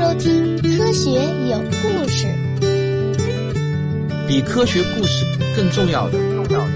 听科学有故事。 比科学故事更重要的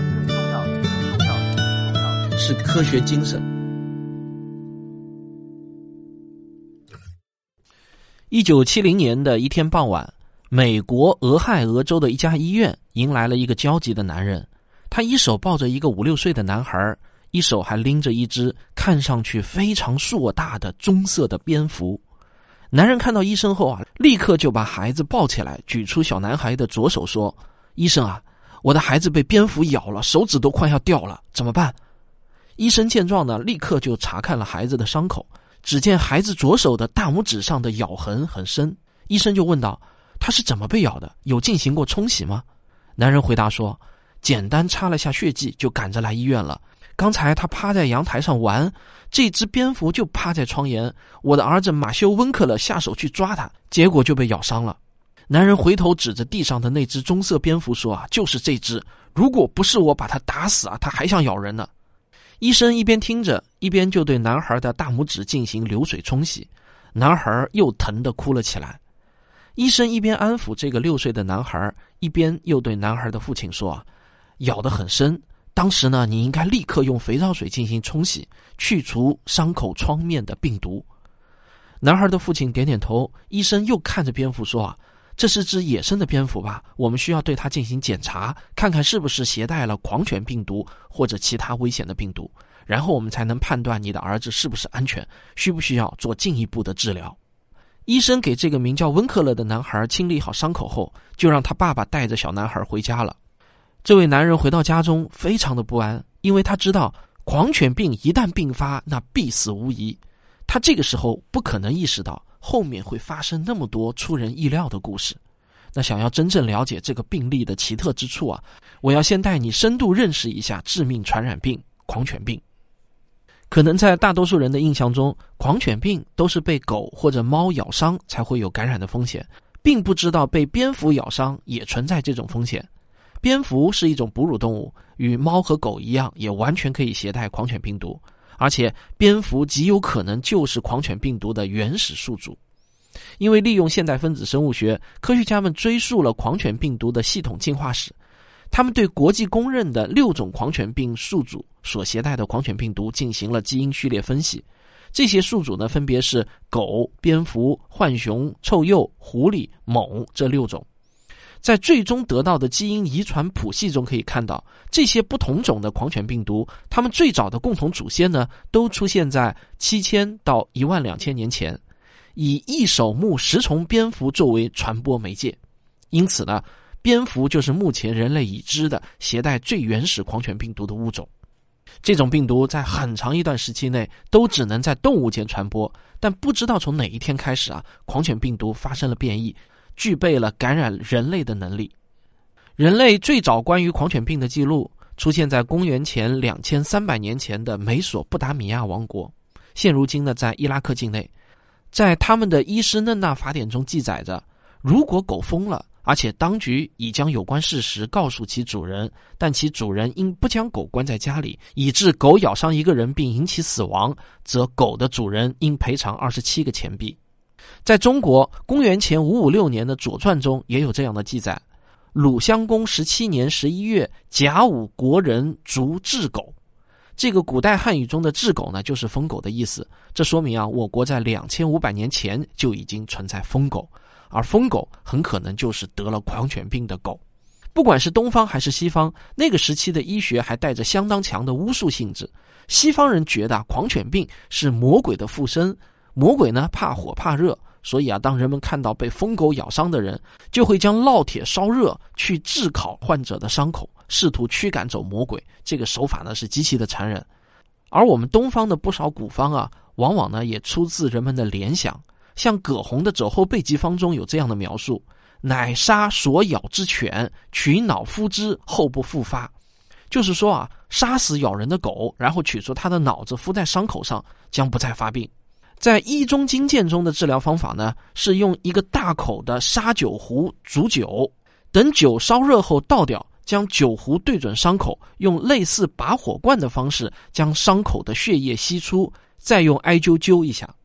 是科学精神。1970年的一天傍晚，美国俄亥俄州的一家医院迎来了一个焦急的男人。他一手抱着一个5、6岁的男孩，一手还拎着一只看上去非常硕大的棕色的蝙蝠。男人看到医生后立刻就把孩子抱起来，举出小男孩的左手说：“医生啊，我的孩子被蝙蝠咬了，手指都快要掉了，怎么办？”医生见状呢，立刻就查看了孩子的伤口，只见孩子左手的大拇指上的咬痕很深。医生就问道：“他是怎么被咬的？有进行过冲洗吗？”男人回答说：“简单擦了下血迹就赶着来医院了。刚才他趴在阳台上玩，这只蝙蝠就趴在窗沿，我的儿子马修温克勒下手去抓它，结果就被咬伤了。”男人回头指着地上的那只棕色蝙蝠说：“就是这只，如果不是我把它打死它还想咬人呢。”医生一边听着，一边就对男孩的大拇指进行流水冲洗，男孩又疼得哭了起来。医生一边安抚这个6岁的男孩，一边又对男孩的父亲说：“咬得很深，当时呢，你应该立刻用肥皂水进行冲洗，去除伤口创面的病毒。”男孩的父亲点点头。医生又看着蝙蝠说：“这是只野生的蝙蝠吧？我们需要对它进行检查，看看是不是携带了狂犬病毒或者其他危险的病毒，然后我们才能判断你的儿子是不是安全，需不需要做进一步的治疗。”医生给这个名叫温克勒的男孩清理好伤口后，就让他爸爸带着小男孩回家了。这位男人回到家中非常的不安，因为他知道狂犬病一旦病发，那必死无疑。他这个时候不可能意识到后面会发生那么多出人意料的故事。那想要真正了解这个病例的奇特之处我要先带你深度认识一下致命传染病狂犬病。可能在大多数人的印象中，狂犬病都是被狗或者猫咬伤才会有感染的风险，并不知道被蝙蝠咬伤也存在这种风险。蝙蝠是一种哺乳动物，与猫和狗一样，也完全可以携带狂犬病毒，而且蝙蝠极有可能就是狂犬病毒的原始宿主。因为利用现代分子生物学，科学家们追溯了狂犬病毒的系统进化史，他们对国际公认的6种狂犬病宿主所携带的狂犬病毒进行了基因序列分析。这些宿主呢，分别是狗、蝙蝠、浣熊、臭鼬、狐狸、猛这6种。在最终得到的基因遗传谱系中可以看到，这些不同种的狂犬病毒，它们最早的共同祖先呢，都出现在7000到12000年前，以1手目10虫蝙蝠作为传播媒介。因此呢，蝙蝠就是目前人类已知的携带最原始狂犬病毒的物种。这种病毒在很长一段时期内都只能在动物间传播，但不知道从哪一天开始狂犬病毒发生了变异，具备了感染人类的能力。人类最早关于狂犬病的记录出现在公元前2300年前的美索不达米亚王国，现如今呢在伊拉克境内。在他们的伊施嫩纳法典中记载着，如果狗疯了，而且当局已将有关事实告诉其主人，但其主人因不将狗关在家里，以致狗咬伤一个人并引起死亡，则狗的主人应赔偿27个钱币。在中国公元前556年的《左传》中也有这样的记载：鲁襄公17年11月，甲午国人逐雉狗。这个古代汉语中的雉狗呢，就是疯狗的意思。这说明我国在2500年前就已经存在疯狗，而疯狗很可能就是得了狂犬病的狗。不管是东方还是西方，那个时期的医学还带着相当强的巫术性质。西方人觉得狂犬病是魔鬼的附身，魔鬼呢怕火怕热，所以当人们看到被疯狗咬伤的人，就会将烙铁烧热去炙烤患者的伤口，试图驱赶走魔鬼。这个手法呢是极其的残忍。而我们东方的不少古方往往呢也出自人们的联想。像葛洪的《肘后备急方》中有这样的描述：乃杀所咬之犬，取脑敷之，后不复发。就是说杀死咬人的狗，然后取出它的脑子敷在伤口上，将不再发病。在医中经鉴中的治疗方法呢，是用一个大口的砂酒壶煮酒，等酒烧热后倒掉，将酒壶对准伤口，用类似拔火罐的方式将伤口的血液吸出，再用艾灸灸一下。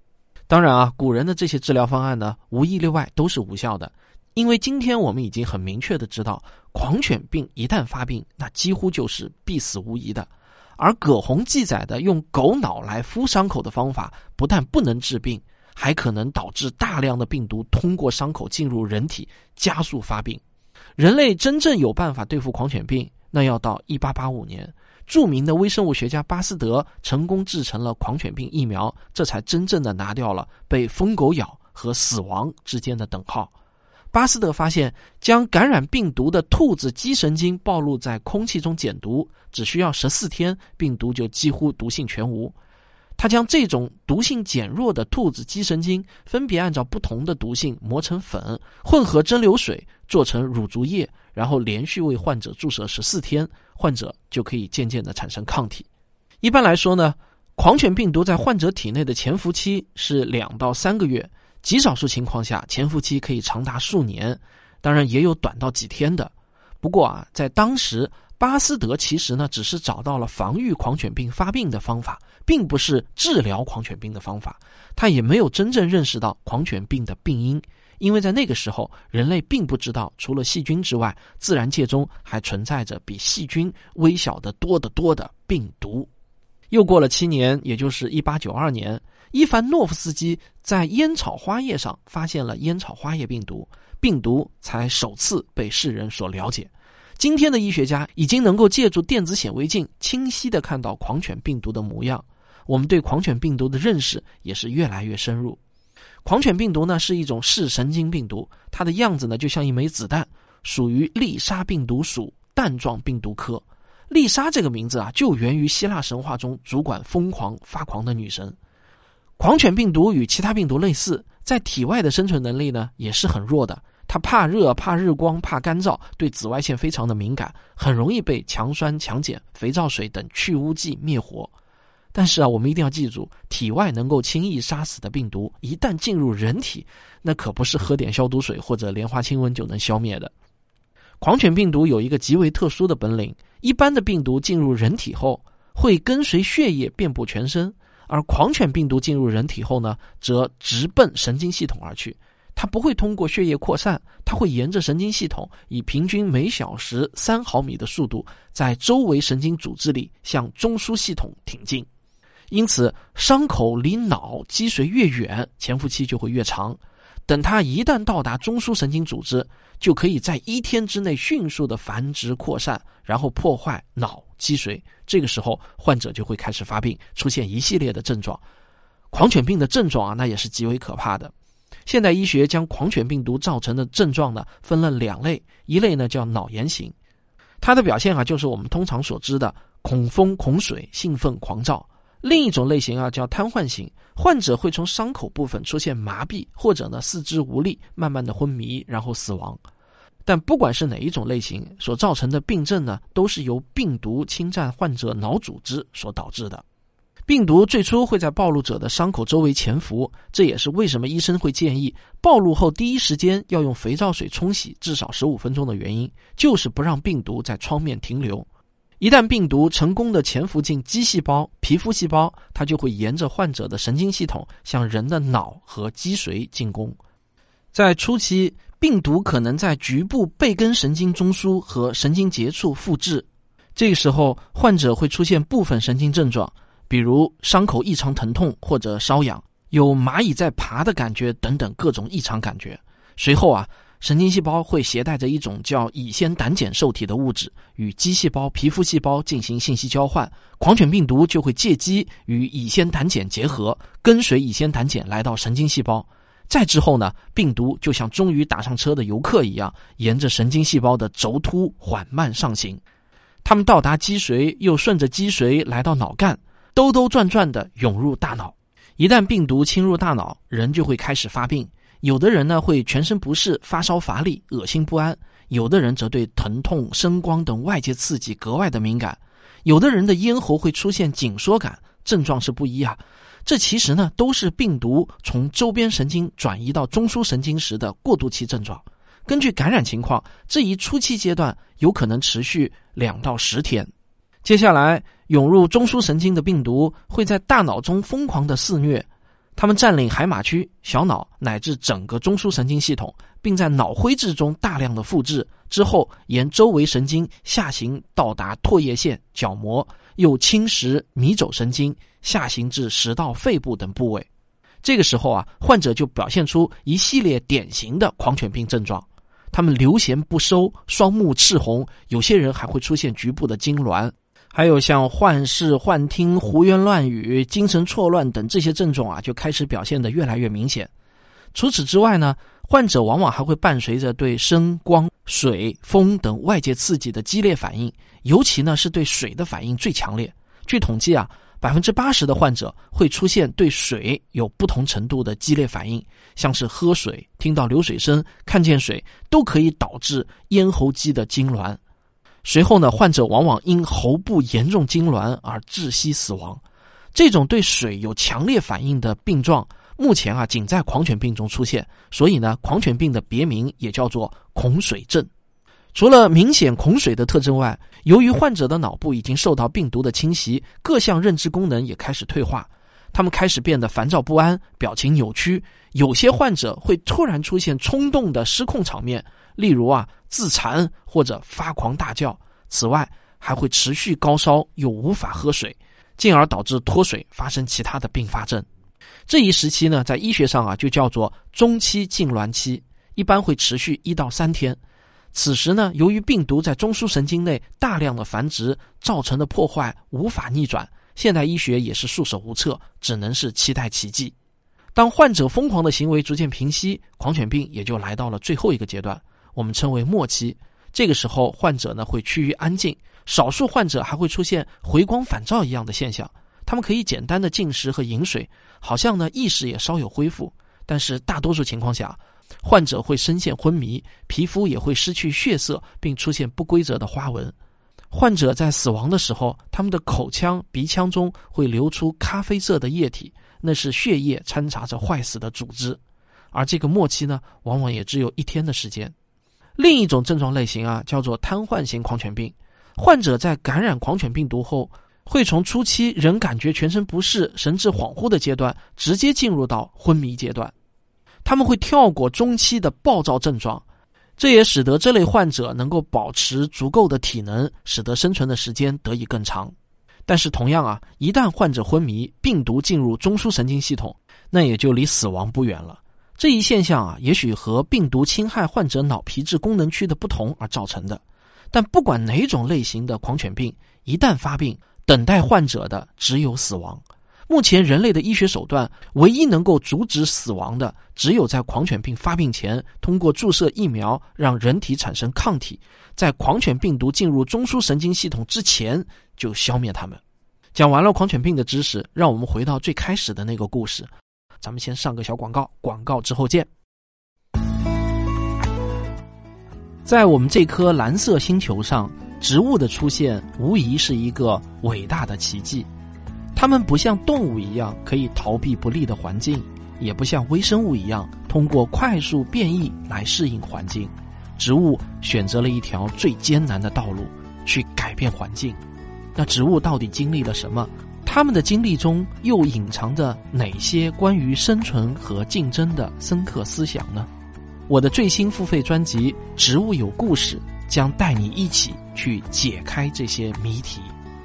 当然啊，古人的这些治疗方案呢，无一例外都是无效的，因为今天我们已经很明确的知道，狂犬病一旦发病，那几乎就是必死无疑的。而葛洪记载的用狗脑来敷伤口的方法，不但不能治病，还可能导致大量的病毒通过伤口进入人体，加速发病。人类真正有办法对付狂犬病，那要到1885年，著名的微生物学家巴斯德成功制成了狂犬病疫苗，这才真正的拿掉了被疯狗咬和死亡之间的等号。巴斯德发现，将感染病毒的兔子肌神经暴露在空气中减毒，只需要14天，病毒就几乎毒性全无。他将这种毒性减弱的兔子肌神经分别按照不同的毒性磨成粉，混合蒸馏水做成乳足液，然后连续为患者注射14天，患者就可以渐渐地产生抗体。一般来说呢，狂犬病毒在患者体内的潜伏期是2到3个月，极少数情况下潜伏期可以长达数年，当然也有短到几天的。不过啊，在当时巴斯德其实呢只是找到了防御狂犬病发病的方法，并不是治疗狂犬病的方法。他也没有真正认识到狂犬病的病因，因为在那个时候人类并不知道除了细菌之外，自然界中还存在着比细菌微小得多得多的病毒。又过了7年，也就是1892年，伊凡诺夫斯基在烟草花叶上发现了烟草花叶病毒，病毒才首次被世人所了解。今天的医学家已经能够借助电子显微镜清晰地看到狂犬病毒的模样，我们对狂犬病毒的认识也是越来越深入。狂犬病毒呢是一种视神经病毒，它的样子呢就像一枚子弹，属于丽莎病毒属弹状病毒科。丽莎这个名字啊，就源于希腊神话中主管疯狂发狂的女神。狂犬病毒与其他病毒类似，在体外的生存能力呢也是很弱的，它怕热、怕日光、怕干燥，对紫外线非常的敏感，很容易被强酸、强碱、肥皂水等去污剂灭活。但是啊，我们一定要记住，体外能够轻易杀死的病毒，一旦进入人体，那可不是喝点消毒水或者莲花清瘟就能消灭的。狂犬病毒有一个极为特殊的本领，一般的病毒进入人体后，会跟随血液遍布全身，而狂犬病毒进入人体后呢，则直奔神经系统而去。它不会通过血液扩散，它会沿着神经系统，以平均每小时3毫米的速度，在周围神经组织里向中枢系统挺进。因此，伤口离脑积水越远，潜伏期就会越长。等它一旦到达中枢神经组织，就可以在1天之内迅速的繁殖扩散，然后破坏脑积水。这个时候，患者就会开始发病，出现一系列的症状。狂犬病的症状啊，那也是极为可怕的。现代医学将狂犬病毒造成的症状呢，分了2类，一类呢叫脑炎型，它的表现啊，就是我们通常所知的恐风、恐水、兴奋、狂躁。另一种类型啊叫瘫痪型，患者会从伤口部分出现麻痹，或者呢四肢无力，慢慢的昏迷，然后死亡。但不管是哪一种类型，所造成的病症呢，都是由病毒侵占患者脑组织所导致的。病毒最初会在暴露者的伤口周围潜伏，这也是为什么医生会建议暴露后第一时间要用肥皂水冲洗至少15分钟的原因，就是不让病毒在创面停留。一旦病毒成功的潜伏进肌细胞、皮肤细胞，它就会沿着患者的神经系统向人的脑和脊髓进攻。在初期，病毒可能在局部背根神经中枢和神经节处复制，这个时候患者会出现部分神经症状，比如伤口异常疼痛或者瘙痒，有蚂蚁在爬的感觉等等各种异常感觉。随后啊，神经细胞会携带着一种叫乙酰胆碱受体的物质，与肌细胞、皮肤细胞进行信息交换，狂犬病毒就会借机与乙酰胆碱结合，跟随乙酰胆碱来到神经细胞。再之后呢，病毒就像终于打上车的游客一样，沿着神经细胞的轴突缓慢上行。它们到达脊髓，又顺着脊髓来到脑干，兜兜转转地涌入大脑。一旦病毒侵入大脑，人就会开始发病。有的人呢会全身不适、发烧乏力、恶心不安，有的人则对疼痛、声光等外界刺激格外的敏感，有的人的咽喉会出现紧缩感，症状是不一啊。这其实呢都是病毒从周边神经转移到中枢神经时的过渡期症状。根据感染情况，这一初期阶段有可能持续2到10天。接下来涌入中枢神经的病毒会在大脑中疯狂的肆虐， 他们占领海马区、小脑乃至整个中枢神经系统，并在脑灰质中大量的复制，之后沿周围神经下行到达唾液腺、角膜，又侵蚀迷走神经，下行至食道、肺部等部位。这个时候啊，患者就表现出一系列典型的狂犬病症状，他们流涎不收，双目赤红，有些人还会出现局部的痉挛，还有像幻视、幻听、胡言乱语、精神错乱等这些症状啊，就开始表现得越来越明显。除此之外呢，患者往往还会伴随着对声、光、水、风等外界刺激的激烈反应，尤其呢是对水的反应最强烈。据统计啊，80%的患者会出现对水有不同程度的激烈反应，像是喝水、听到流水声、看见水，都可以导致咽喉肌的痉挛。随后呢，患者往往因喉部严重痉挛而窒息死亡。这种对水有强烈反应的病状，目前啊仅在狂犬病中出现，所以呢，狂犬病的别名也叫做恐水症。除了明显恐水的特征外，由于患者的脑部已经受到病毒的侵袭，各项认知功能也开始退化，他们开始变得烦躁不安，表情扭曲，有些患者会突然出现冲动的失控场面，例如啊自残或者发狂大叫。此外还会持续高烧又无法喝水，进而导致脱水，发生其他的并发症。这一时期呢，在医学上啊就叫做中期痉挛期，一般会持续1到3天。此时呢，由于病毒在中枢神经内大量的繁殖造成的破坏无法逆转，现代医学也是束手无策，只能是期待奇迹。当患者疯狂的行为逐渐平息，狂犬病也就来到了最后一个阶段，我们称为末期。这个时候患者呢会趋于安静，少数患者还会出现回光返照一样的现象，他们可以简单的进食和饮水，好像呢意识也稍有恢复，但是大多数情况下患者会深陷昏迷，皮肤也会失去血色，并出现不规则的花纹。患者在死亡的时候，他们的口腔、鼻腔中会流出咖啡色的液体，那是血液掺杂着坏死的组织。而这个末期呢，往往也只有1天的时间。另一种症状类型啊，叫做瘫痪型狂犬病。患者在感染狂犬病毒后，会从初期人感觉全身不适、神志恍惚的阶段，直接进入到昏迷阶段。他们会跳过中期的暴躁症状，这也使得这类患者能够保持足够的体能，使得生存的时间得以更长。但是同样啊，一旦患者昏迷，病毒进入中枢神经系统，那也就离死亡不远了。这一现象啊，也许和病毒侵害患者脑皮质功能区的不同而造成的。但不管哪种类型的狂犬病，一旦发病，等待患者的只有死亡。目前人类的医学手段唯一能够阻止死亡的，只有在狂犬病发病前，通过注射疫苗让人体产生抗体，在狂犬病毒进入中枢神经系统之前就消灭它们。讲完了狂犬病的知识，让我们回到最开始的那个故事。咱们先上个小广告，广告之后见。在我们这颗蓝色星球上，植物的出现无疑是一个伟大的奇迹。它们不像动物一样可以逃避不利的环境，也不像微生物一样通过快速变异来适应环境。植物选择了一条最艰难的道路，去改变环境。那植物到底经历了什么？他们的经历中又隐藏着哪些关于生存和竞争的深刻思想呢？我的最新付费专辑《植物有故事》将带你一起去解开这些谜题。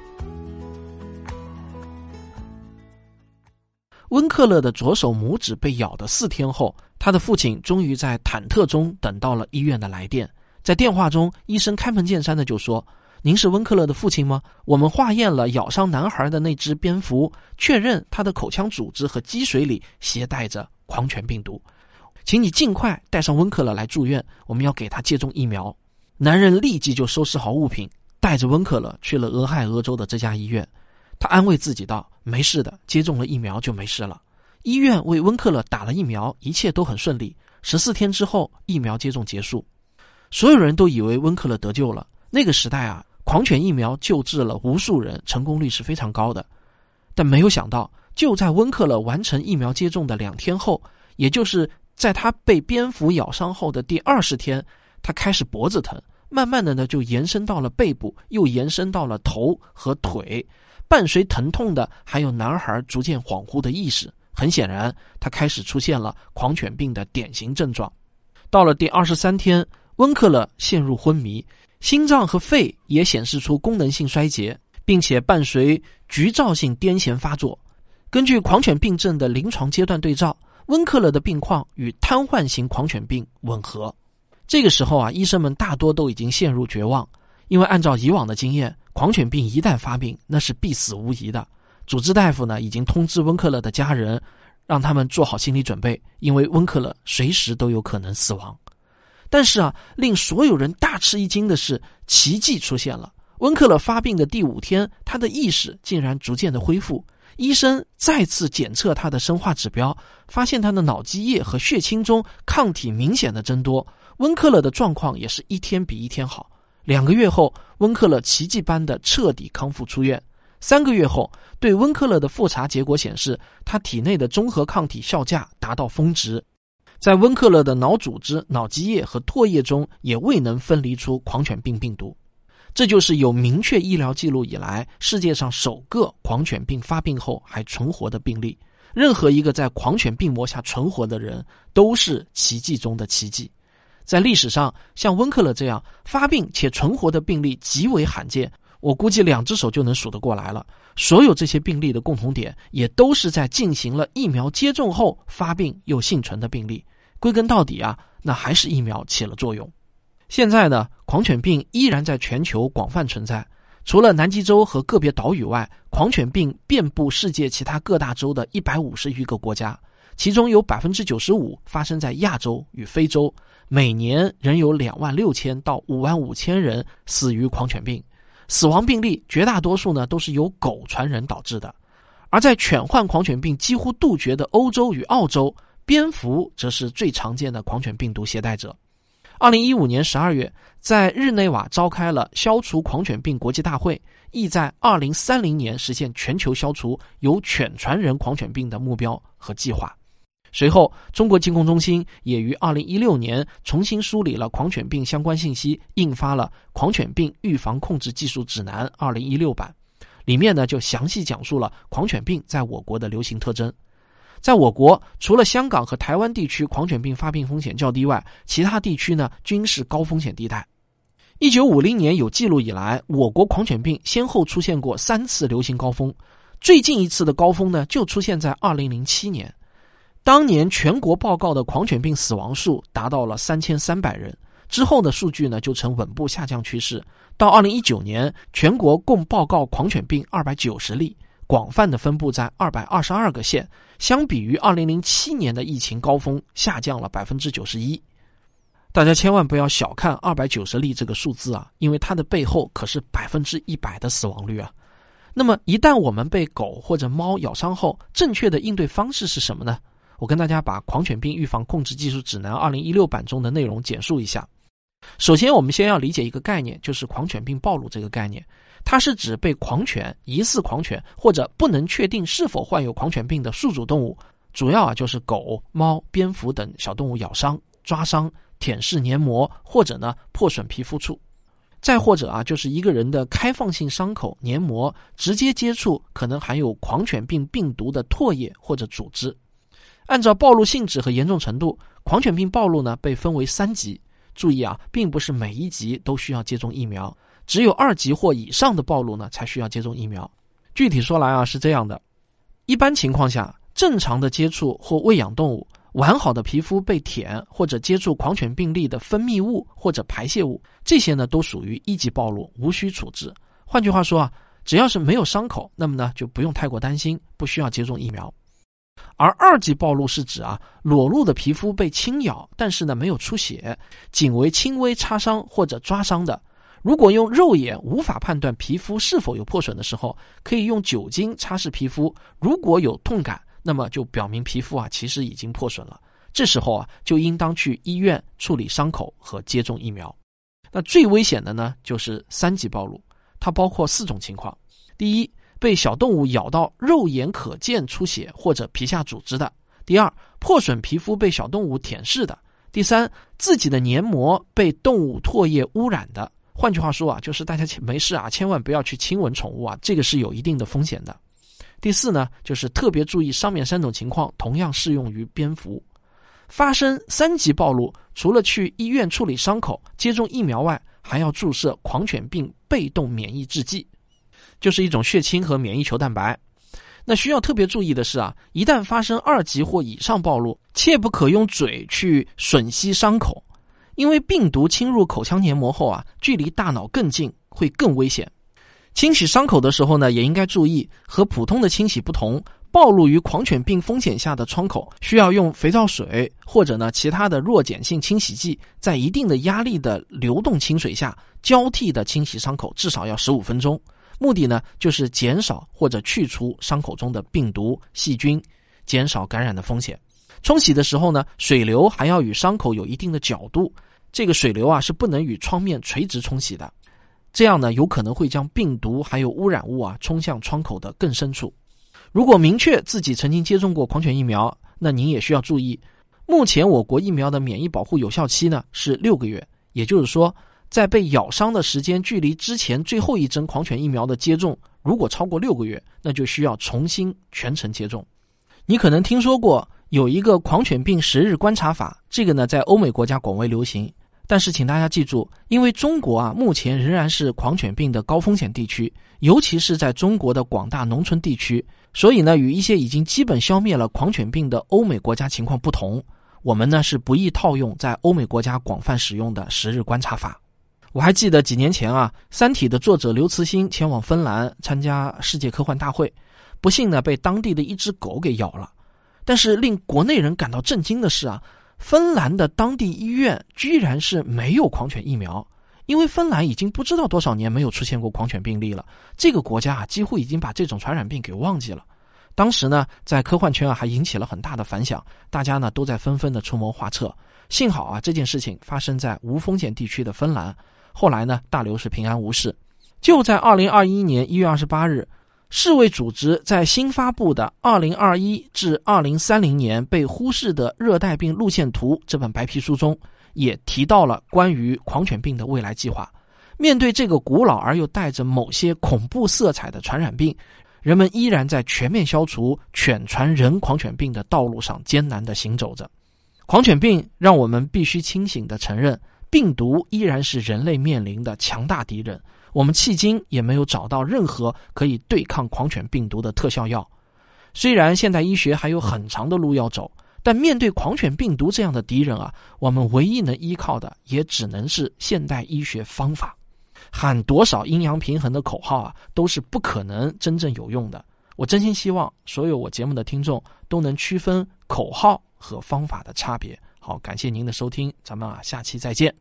温克勒的左手拇指被咬的4天后，他的父亲终于在忐忑中等到了医院的来电。在电话中，医生开门见山的就说：“您是温克勒的父亲吗？我们化验了咬伤男孩的那只蝙蝠，确认他的口腔组织和积水里携带着狂犬病毒。请你尽快带上温克勒来住院，我们要给他接种疫苗。”男人立即就收拾好物品，带着温克勒去了俄亥俄州的这家医院。他安慰自己道：“没事的，接种了疫苗就没事了。”医院为温克勒打了疫苗，一切都很顺利。14天之后，疫苗接种结束。所有人都以为温克勒得救了。那个时代啊，狂犬疫苗救治了无数人，成功率是非常高的。但没有想到，就在温克勒完成疫苗接种的2天后，也就是在他被蝙蝠咬伤后的第20天，他开始脖子疼，慢慢的呢就延伸到了背部，又延伸到了头和腿。伴随疼痛的还有男孩逐渐恍惚的意识， 很显然，它开始出现了狂犬病的典型症状。到了第23天，温克勒陷入昏迷，心脏和肺也显示出功能性衰竭，并且伴随局灶性癫痫发作。根据狂犬病症的临床阶段对照，温克勒的病况与瘫痪型狂犬病吻合。这个时候啊，医生们大多都已经陷入绝望，因为按照以往的经验，狂犬病一旦发病，那是必死无疑的。主治大夫呢，已经通知温克勒的家人，让他们做好心理准备，因为温克勒随时都有可能死亡。但是啊，令所有人大吃一惊的是，奇迹出现了。温克勒发病的第5天，他的意识竟然逐渐的恢复。医生再次检测他的生化指标，发现他的脑积液和血清中抗体明显的增多。温克勒的状况也是一天比一天好。2个月后，温克勒奇迹般的彻底康复出院。3个月后，对温克勒的复查结果显示，他体内的中和抗体效价达到峰值。在温克勒的脑组织、脑积液和唾液中也未能分离出狂犬病病毒。这就是有明确医疗记录以来世界上首个狂犬病发病后还存活的病例。任何一个在狂犬病魔下存活的人都是奇迹中的奇迹。在历史上，像温克勒这样发病且存活的病例极为罕见，我估计2只手就能数得过来了。所有这些病例的共同点也都是在进行了疫苗接种后发病又幸存的病例。归根到底啊，那还是疫苗起了作用。现在呢，狂犬病依然在全球广泛存在。除了南极洲和个别岛屿外，狂犬病遍布世界其他各大洲的150余个国家，其中有 95% 发生在亚洲与非洲，每年仍有26000到55000人死于狂犬病。死亡病例绝大多数呢都是由狗传人导致的。而在犬患狂犬病几乎杜绝的欧洲与澳洲，蝙蝠则是最常见的狂犬病毒携带者。2015年12月，在日内瓦召开了消除狂犬病国际大会，意在2030年实现全球消除由犬传人狂犬病的目标和计划。随后，中国疾控中心也于2016年重新梳理了狂犬病相关信息，印发了《狂犬病预防控制技术指南2016版》，里面呢就详细讲述了狂犬病在我国的流行特征。在我国，除了香港和台湾地区狂犬病发病风险较低外，其他地区呢均是高风险地带。1950年有记录以来，我国狂犬病先后出现过3次流行高峰，最近一次的高峰呢就出现在2007年。当年全国报告的狂犬病死亡数达到了3300人，之后的数据呢就呈稳步下降趋势。到2019年，全国共报告狂犬病290例，广泛的分布在222个县，相比于2007年的疫情高峰下降了 91%。 大家千万不要小看290例这个数字啊，因为它的背后可是100%的死亡率啊。那么一旦我们被狗或者猫咬伤后，正确的应对方式是什么呢？我跟大家把《狂犬病预防控制技术指南2016版》中的内容简述一下。首先我们先要理解一个概念，就是狂犬病暴露这个概念。它是指被狂犬、疑似狂犬或者不能确定是否患有狂犬病的宿主动物，主要就是狗、猫、蝙蝠等小动物咬伤、抓伤、舔舐黏膜，或者呢破损皮肤处。再或者就是一个人的开放性伤口、黏膜直接接触可能含有狂犬病病毒的唾液或者组织。按照暴露性质和严重程度，狂犬病暴露呢被分为3级。注意并不是每一级都需要接种疫苗，只有2级或以上的暴露呢才需要接种疫苗。具体说来是这样的，一般情况下，正常的接触或喂养动物，完好的皮肤被舔或者接触狂犬病粒的分泌物或者排泄物，这些呢都属于1级暴露，无需处置。换句话说只要是没有伤口，那么呢就不用太过担心，不需要接种疫苗。而2级暴露是指裸露的皮肤被轻咬，但是呢没有出血，仅为轻微擦伤或者抓伤的。如果用肉眼无法判断皮肤是否有破损的时候，可以用酒精擦拭皮肤，如果有痛感，那么就表明皮肤其实已经破损了。这时候就应当去医院处理伤口和接种疫苗。那最危险的呢就是3级暴露，它包括4种情况。第一，被小动物咬到肉眼可见出血或者皮下组织的。第二，破损皮肤被小动物舔舐的。第三，自己的黏膜被动物唾液污染的。换句话说就是大家没事千万不要去亲吻宠物这个是有一定的风险的。 第4呢，就是特别注意上面3种情况同样适用于蝙蝠。发生3级暴露，除了去医院处理伤口、接种疫苗外，还要注射狂犬病被动免疫制剂，就是一种血清和免疫球蛋白。那需要特别注意的是一旦发生2级或以上暴露，切不可用嘴去吮吸伤口，因为病毒侵入口腔黏膜后距离大脑更近，会更危险。清洗伤口的时候呢，也应该注意，和普通的清洗不同，暴露于狂犬病风险下的创口需要用肥皂水或者呢其他的弱碱性清洗剂，在一定的压力的流动清水下交替的清洗伤口，至少要15分钟。目的呢就是减少或者去除伤口中的病毒细菌，减少感染的风险。冲洗的时候呢，水流还要与伤口有一定的角度，这个水流是不能与窗面垂直冲洗的，这样呢有可能会将病毒还有污染物冲向窗口的更深处。如果明确自己曾经接种过狂犬疫苗，那您也需要注意，目前我国疫苗的免疫保护有效期呢是6个月，也就是说在被咬伤的时间距离之前最后一针狂犬疫苗的接种如果超过6个月，那就需要重新全程接种。你可能听说过有一个狂犬病10日观察法，这个呢在欧美国家广为流行，但是请大家记住，因为中国目前仍然是狂犬病的高风险地区，尤其是在中国的广大农村地区，所以呢与一些已经基本消灭了狂犬病的欧美国家情况不同，我们呢是不宜套用在欧美国家广泛使用的10日观察法。我还记得几年前三体的作者刘慈欣前往芬兰参加世界科幻大会，不幸呢被当地的一只狗给咬了。但是令国内人感到震惊的是芬兰的当地医院居然是没有狂犬疫苗，因为芬兰已经不知道多少年没有出现过狂犬病例了，这个国家几乎已经把这种传染病给忘记了。当时呢在科幻圈还引起了很大的反响，大家呢都在纷纷的出谋划策。幸好这件事情发生在无风险地区的芬兰，后来呢大流是平安无事。就在2021年1月28日，世卫组织在新发布的2021至2030年被忽视的热带病路线图这本白皮书中，也提到了关于狂犬病的未来计划。面对这个古老而又带着某些恐怖色彩的传染病，人们依然在全面消除犬传人狂犬病的道路上艰难地行走着。狂犬病让我们必须清醒地承认，病毒依然是人类面临的强大敌人，我们迄今也没有找到任何可以对抗狂犬病毒的特效药。虽然现代医学还有很长的路要走，但面对狂犬病毒这样的敌人我们唯一能依靠的也只能是现代医学方法。喊多少阴阳平衡的口号都是不可能真正有用的。我真心希望所有我节目的听众都能区分口号和方法的差别。好，感谢您的收听，咱们下期再见。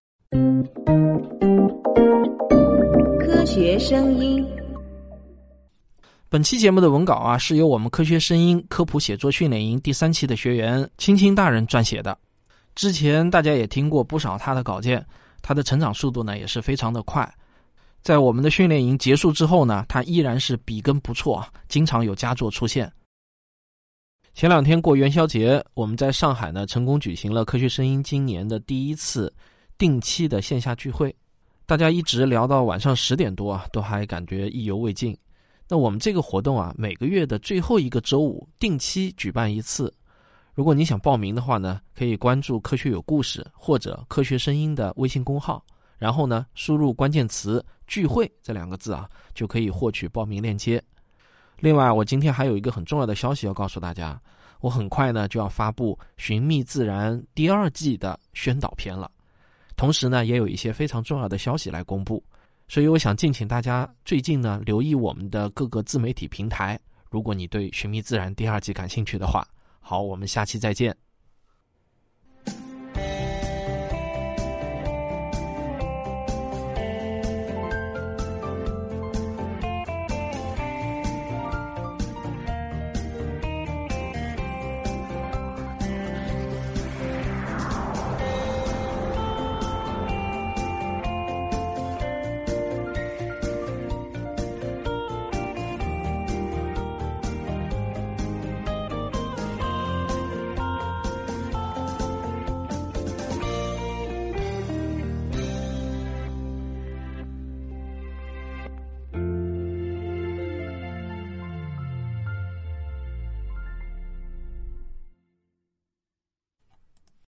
科学声音。 本期节目的文稿是由我们科学声音科普写作训练营第3期的学员青青大人撰写的。之前大家也听过不少他的稿件，他的成长速度呢也是非常的快。在我们的训练营结束之后呢，他依然是笔耕不辍，经常有佳作出现。前2天过元宵节，我们在上海呢成功举行了科学声音今年的第1次定期的线下聚会，大家一直聊到晚上10点多都还感觉意犹未尽。那我们这个活动每个月的最后一个周五定期举办1次。如果你想报名的话呢，可以关注科学有故事或者科学声音的微信公号，然后呢输入关键词聚会这2个字就可以获取报名链接。另外我今天还有一个很重要的消息要告诉大家，我很快呢就要发布寻觅自然第2季的宣导片了，同时呢也有一些非常重要的消息来公布，所以我想敬请大家最近呢留意我们的各个自媒体平台，如果你对寻觅自然第2季感兴趣的话。好，我们下期再见。